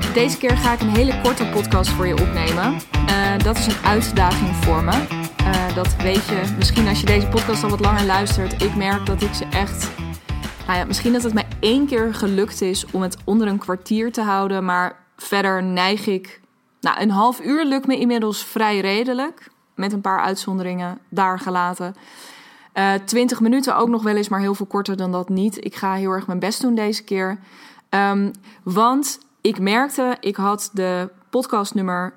Deze keer ga ik een hele korte podcast voor je opnemen. Dat is een uitdaging voor me. Dat weet je misschien als je deze podcast al wat langer luistert. Ik merk dat ik ze echt... misschien dat het mij 1 keer gelukt is om het onder een kwartier te houden. Maar verder neig ik... een half uur lukt me inmiddels vrij redelijk. Met een paar uitzonderingen daar gelaten. 20 minuten ook nog wel eens, maar heel veel korter dan dat niet. Ik ga heel erg mijn best doen deze keer. Want ik merkte, ik had de podcastnummer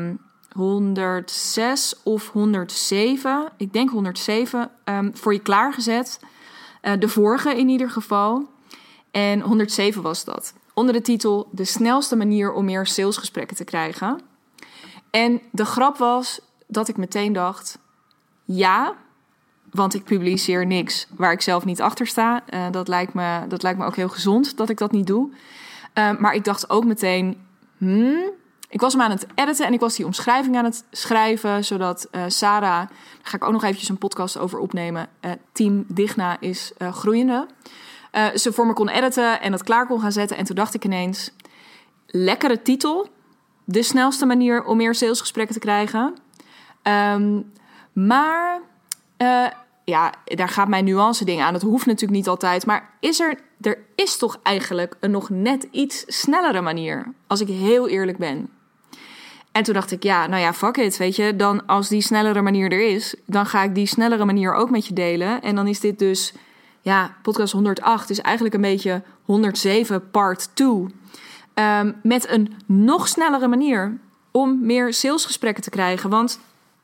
106 of 107, ik denk 107, voor je klaargezet. De vorige in ieder geval. En 107 was dat. Onder de titel De snelste manier om meer salesgesprekken te krijgen. En de grap was dat ik meteen dacht, ja, want ik publiceer niks waar ik zelf niet achter sta. Dat lijkt me ook heel gezond dat ik dat niet doe. Maar ik dacht ook meteen, ik was hem aan het editen en ik was die omschrijving aan het schrijven, zodat Sarah, daar ga ik ook nog eventjes een podcast over opnemen, Team Digna is groeiende, ze voor me kon editen en dat klaar kon gaan zetten. En toen dacht ik ineens, lekkere titel, de snelste manier om meer salesgesprekken te krijgen. Maar daar gaat mijn nuance ding aan. Dat hoeft natuurlijk niet altijd. Maar er is toch eigenlijk een nog net iets snellere manier, als ik heel eerlijk ben. En toen dacht ik, fuck it, weet je. Dan als die snellere manier er is, dan ga ik die snellere manier ook met je delen. En dan is dit dus, podcast 108 is eigenlijk een beetje 107 part 2. Met een nog snellere manier om meer salesgesprekken te krijgen. Want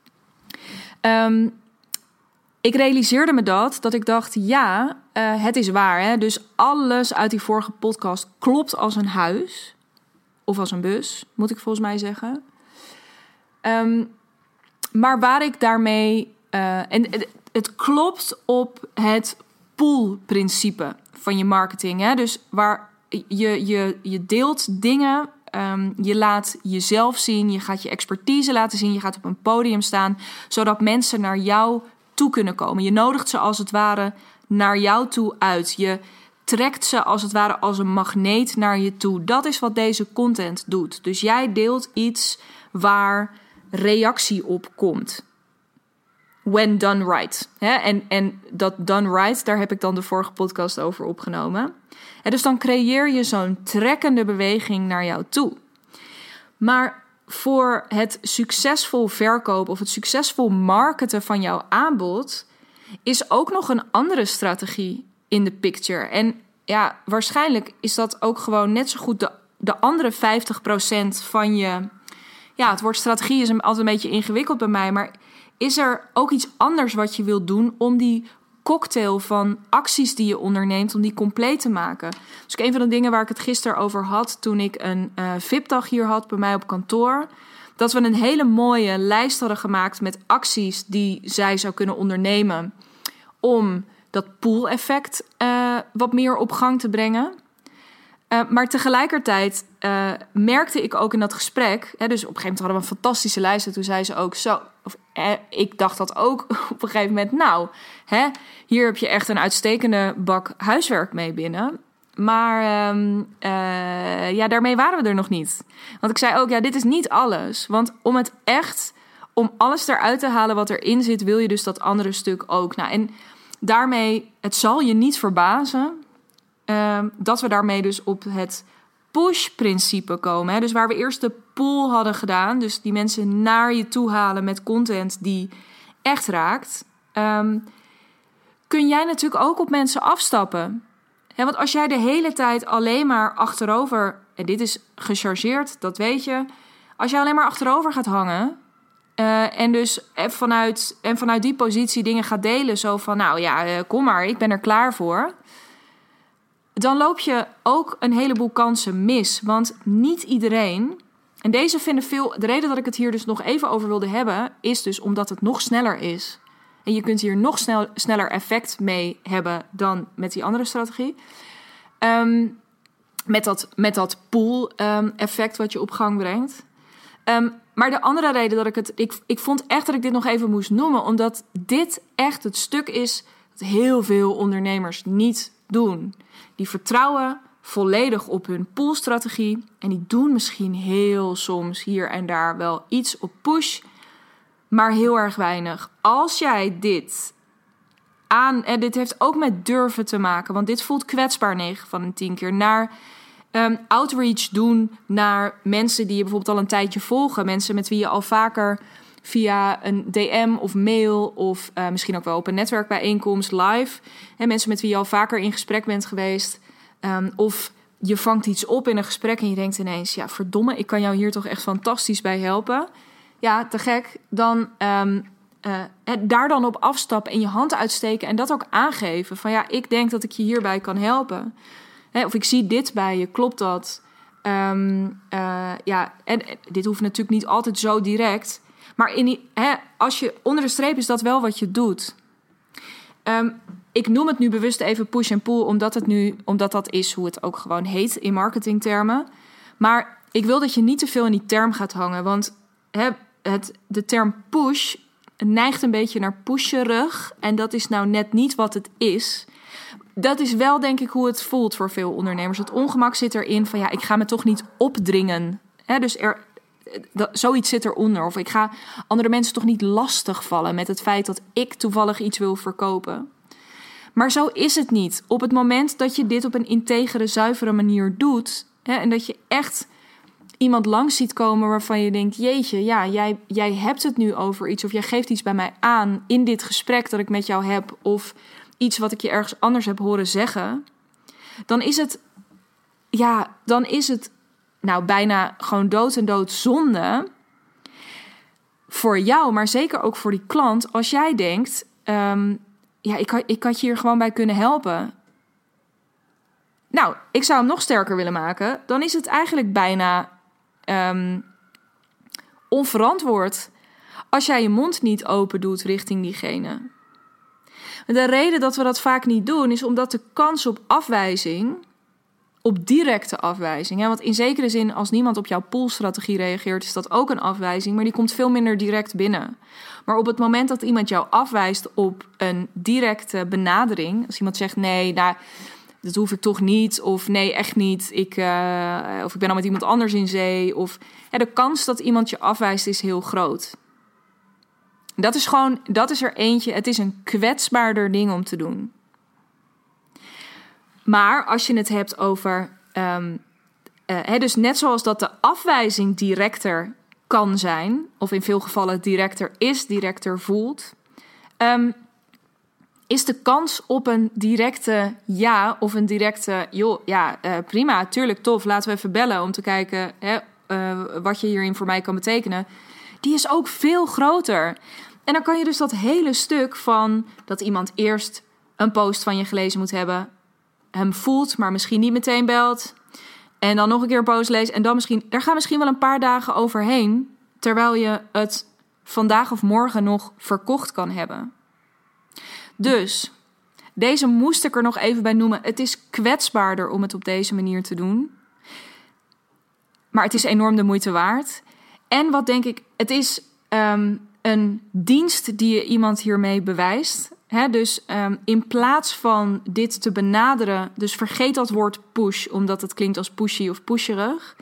ik realiseerde me dat ik dacht, het is waar. Hè? Dus alles uit die vorige podcast klopt als een huis. Of als een bus, moet ik volgens mij zeggen. Maar waar ik daarmee... en het klopt op het pool-principe van je marketing. Hè? Dus waar je deelt dingen... je laat jezelf zien, je gaat je expertise laten zien, je gaat op een podium staan, zodat mensen naar jou toe kunnen komen. Je nodigt ze als het ware naar jou toe uit. Je trekt ze als het ware als een magneet naar je toe. Dat is wat deze content doet. Dus jij deelt iets waar reactie op komt. When done right. En dat done right, daar heb ik dan de vorige podcast over opgenomen. Dus dan creëer je zo'n trekkende beweging naar jou toe. Maar voor het succesvol verkopen of het succesvol marketen van jouw aanbod is ook nog een andere strategie in de picture. En waarschijnlijk is dat ook gewoon net zo goed de andere 50% van je... het woord strategie is altijd een beetje ingewikkeld bij mij, maar is er ook iets anders wat je wilt doen om die cocktail van acties die je onderneemt, om die compleet te maken? Dus een van de dingen waar ik het gisteren over had, toen ik een VIP-dag hier had bij mij op kantoor, dat we een hele mooie lijst hadden gemaakt met acties die zij zou kunnen ondernemen om dat pool-effect wat meer op gang te brengen. Maar tegelijkertijd merkte ik ook in dat gesprek, dus op een gegeven moment hadden we een fantastische lijst en toen zei ze ook zo, ik dacht dat ook op een gegeven moment, hier heb je echt een uitstekende bak huiswerk mee binnen. Maar daarmee waren we er nog niet. Want ik zei ook, dit is niet alles. Want om alles eruit te halen wat erin zit, wil je dus dat andere stuk ook. En daarmee, het zal je niet verbazen dat we daarmee dus op het push-principe komen. Dus waar we eerst de pull hadden gedaan, dus die mensen naar je toe halen met content die echt raakt, kun jij natuurlijk ook op mensen afstappen. Want als jij de hele tijd alleen maar achterover, en dit is gechargeerd, dat weet je, als je alleen maar achterover gaat hangen en dus vanuit die positie dingen gaat delen, zo van kom maar, ik ben er klaar voor, dan loop je ook een heleboel kansen mis. Want niet iedereen, en deze vinden veel, de reden dat ik het hier dus nog even over wilde hebben, is dus omdat het nog sneller is. En je kunt hier nog sneller effect mee hebben dan met die andere strategie. Met dat pool effect wat je op gang brengt. Maar de andere reden dat ik vond echt dat ik dit nog even moest noemen, omdat dit echt het stuk is dat heel veel ondernemers niet doen. Die vertrouwen volledig op hun poolstrategie. En die doen misschien heel soms hier en daar wel iets op push, maar heel erg weinig. Als jij dit en dit heeft ook met durven te maken, want dit voelt kwetsbaar 9 van de 10 keer, naar outreach doen naar mensen die je bijvoorbeeld al een tijdje volgen. Mensen met wie je al vaker via een DM of mail of misschien ook wel op een netwerkbijeenkomst live. Mensen met wie je al vaker in gesprek bent geweest. Of je vangt iets op in een gesprek en je denkt ineens, ja verdomme, ik kan jou hier toch echt fantastisch bij helpen. Ja, te gek. Dan daar dan op afstappen en je hand uitsteken en dat ook aangeven. Van ja, ik denk dat ik je hierbij kan helpen. Of ik zie dit bij je, klopt dat? En dit hoeft natuurlijk niet altijd zo direct. Maar als je onder de streep is dat wel wat je doet. Ik noem het nu bewust even push en pull, omdat dat is hoe het ook gewoon heet in marketingtermen. Maar ik wil dat je niet te veel in die term gaat hangen. Want de term push neigt een beetje naar pusherig. En dat is nou net niet wat het is. Dat is wel, denk ik, hoe het voelt voor veel ondernemers. Het ongemak zit erin van, ja, ik ga me toch niet opdringen. Dus zoiets zit eronder. Of ik ga andere mensen toch niet lastigvallen met het feit dat ik toevallig iets wil verkopen. Maar zo is het niet. Op het moment dat je dit op een integere, zuivere manier doet, en dat je echt iemand langs ziet komen waarvan je denkt, jeetje, ja, jij hebt het nu over iets, of jij geeft iets bij mij aan in dit gesprek dat ik met jou heb, of iets wat ik je ergens anders heb horen zeggen, dan is het nou bijna gewoon dood en dood zonde voor jou, maar zeker ook voor die klant, als jij denkt, ik had je hier gewoon bij kunnen helpen. Nou, ik zou hem nog sterker willen maken. Dan is het eigenlijk bijna onverantwoord als jij je mond niet open doet richting diegene. De reden dat we dat vaak niet doen is omdat de kans op afwijzing, op directe afwijzing, want in zekere zin als niemand op jouw poolstrategie reageert is dat ook een afwijzing, maar die komt veel minder direct binnen. Maar op het moment dat iemand jou afwijst op een directe benadering, als iemand zegt nee, nou, dat hoef ik toch niet, of nee, echt niet, of ik ben al met iemand anders in zee, of de kans dat iemand je afwijst is heel groot. Dat is er eentje. Het is een kwetsbaarder ding om te doen. Maar als je het hebt over, dus net zoals dat de afwijzing directer kan zijn, of in veel gevallen directer is, directer voelt, is de kans op een directe ja of een directe, prima, tuurlijk, tof, laten we even bellen om te kijken wat je hierin voor mij kan betekenen, die is ook veel groter. En dan kan je dus dat hele stuk van dat iemand eerst een post van je gelezen moet hebben, hem voelt, maar misschien niet meteen belt, en dan nog een keer een post leest, en dan daar gaan misschien wel een paar dagen overheen, terwijl je het vandaag of morgen nog verkocht kan hebben. Dus, deze moest ik er nog even bij noemen. Het is kwetsbaarder om het op deze manier te doen. Maar het is enorm de moeite waard. En wat denk ik, het is een dienst die je iemand hiermee bewijst. Dus in plaats van dit te benaderen, dus vergeet dat woord push, omdat het klinkt als pushy of pusherig.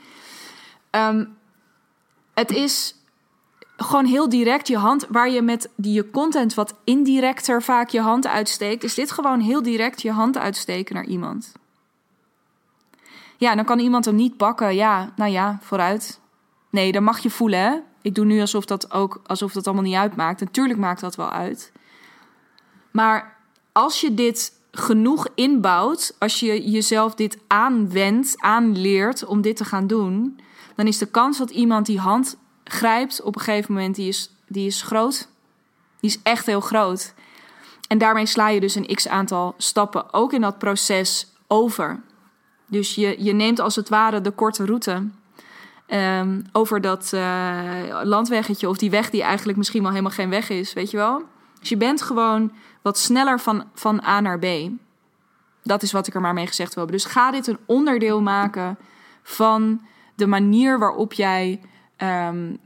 Het is gewoon heel direct je hand, waar je met je content wat indirecter vaak je hand uitsteekt, is dit gewoon heel direct je hand uitsteken naar iemand. Ja, dan kan iemand hem niet pakken. Ja, nou ja, vooruit. Nee, dan mag je voelen, hè. Ik doe nu alsof dat allemaal niet uitmaakt. Natuurlijk maakt dat wel uit. Maar als je dit genoeg inbouwt, als je jezelf dit aanleert om dit te gaan doen, dan is de kans dat iemand die hand grijpt op een gegeven moment, die is groot. Die is echt heel groot. En daarmee sla je dus een x-aantal stappen ook in dat proces over. Dus je neemt als het ware de korte route over dat landweggetje, of die weg die eigenlijk misschien wel helemaal geen weg is, weet je wel. Dus je bent gewoon wat sneller van A naar B. Dat is wat ik er maar mee gezegd wil hebben. Dus ga dit een onderdeel maken van de manier waarop jij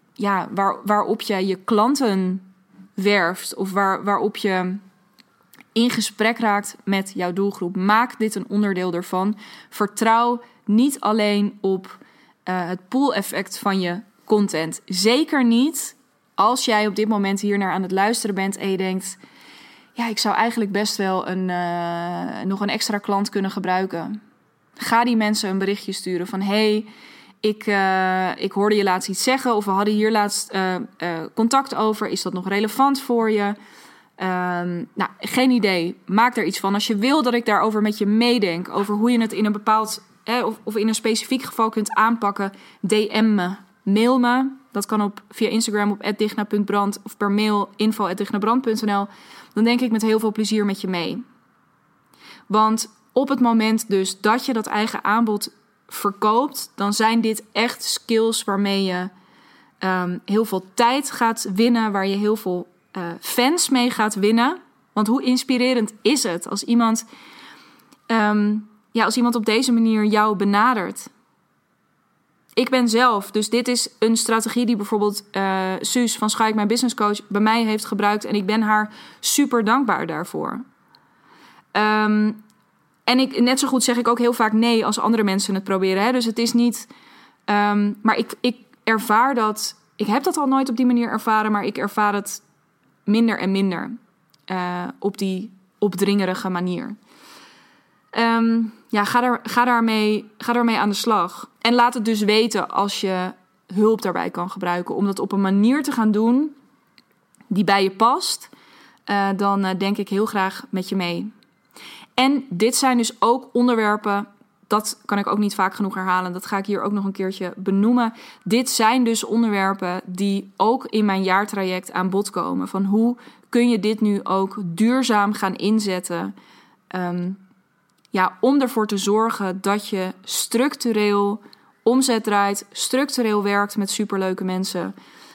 waarop jij je klanten werft, of waarop je in gesprek raakt met jouw doelgroep. Maak dit een onderdeel ervan. Vertrouw niet alleen op het pool-effect van je content. Zeker niet als jij op dit moment hiernaar aan het luisteren bent en je denkt, ja, ik zou eigenlijk best wel nog een extra klant kunnen gebruiken. Ga die mensen een berichtje sturen van, hey, ik hoorde je laatst iets zeggen of we hadden hier laatst contact over. Is dat nog relevant voor je? Nou, geen idee. Maak er iets van. Als je wil dat ik daarover met je meedenk, over hoe je het in een bepaald of in een specifiek geval kunt aanpakken, DM me, mail me. Dat kan via Instagram op @digna.brand of per mail info@dignabrand.nl. Dan denk ik met heel veel plezier met je mee. Want op het moment dus dat je dat eigen aanbod verkoopt, dan zijn dit echt skills waarmee je heel veel tijd gaat winnen, waar je heel veel fans mee gaat winnen. Want hoe inspirerend is het als iemand op deze manier jou benadert? Ik ben zelf, dus dit is een strategie die bijvoorbeeld Suus van Schaik, mijn business coach, bij mij heeft gebruikt. En ik ben haar super dankbaar daarvoor. En net zo goed zeg ik ook heel vaak nee als andere mensen het proberen. Hè? Dus het is niet... maar ik ervaar dat... Ik heb dat al nooit op die manier ervaren, maar ik ervaar het minder en minder op die opdringerige manier. Ga daarmee aan de slag. En laat het dus weten als je hulp daarbij kan gebruiken. Om dat op een manier te gaan doen die bij je past. Dan denk ik heel graag met je mee. En dit zijn dus ook onderwerpen, dat kan ik ook niet vaak genoeg herhalen. Dat ga ik hier ook nog een keertje benoemen. Dit zijn dus onderwerpen die ook in mijn jaartraject aan bod komen. Van hoe kun je dit nu ook duurzaam gaan inzetten? Om ervoor te zorgen dat je structureel omzet draait, structureel werkt met superleuke mensen.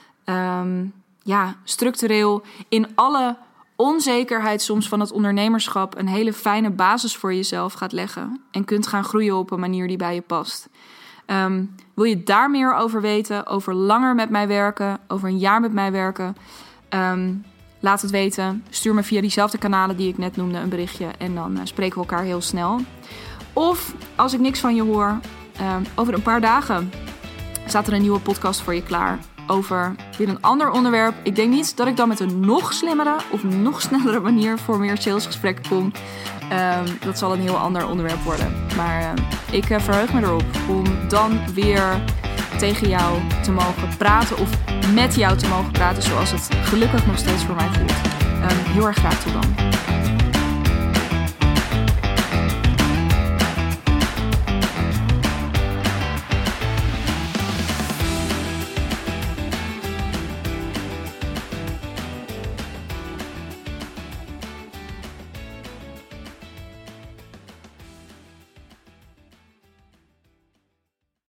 Structureel in alle onzekerheid soms van het ondernemerschap een hele fijne basis voor jezelf gaat leggen. En kunt gaan groeien op een manier die bij je past. Wil je daar meer over weten? Over langer met mij werken? Over een jaar met mij werken? Laat het weten. Stuur me via diezelfde kanalen die ik net noemde een berichtje. En dan spreken we elkaar heel snel. Of als ik niks van je hoor, over een paar dagen staat er een nieuwe podcast voor je klaar. Over weer een ander onderwerp. Ik denk niet dat ik dan met een nog slimmere of nog snellere manier voor meer salesgesprekken kom. Dat zal een heel ander onderwerp worden. Maar ik verheug me erop om dan weer tegen jou te mogen praten of met jou te mogen praten zoals het gelukkig nog steeds voor mij voelt. Heel erg graag tot dan.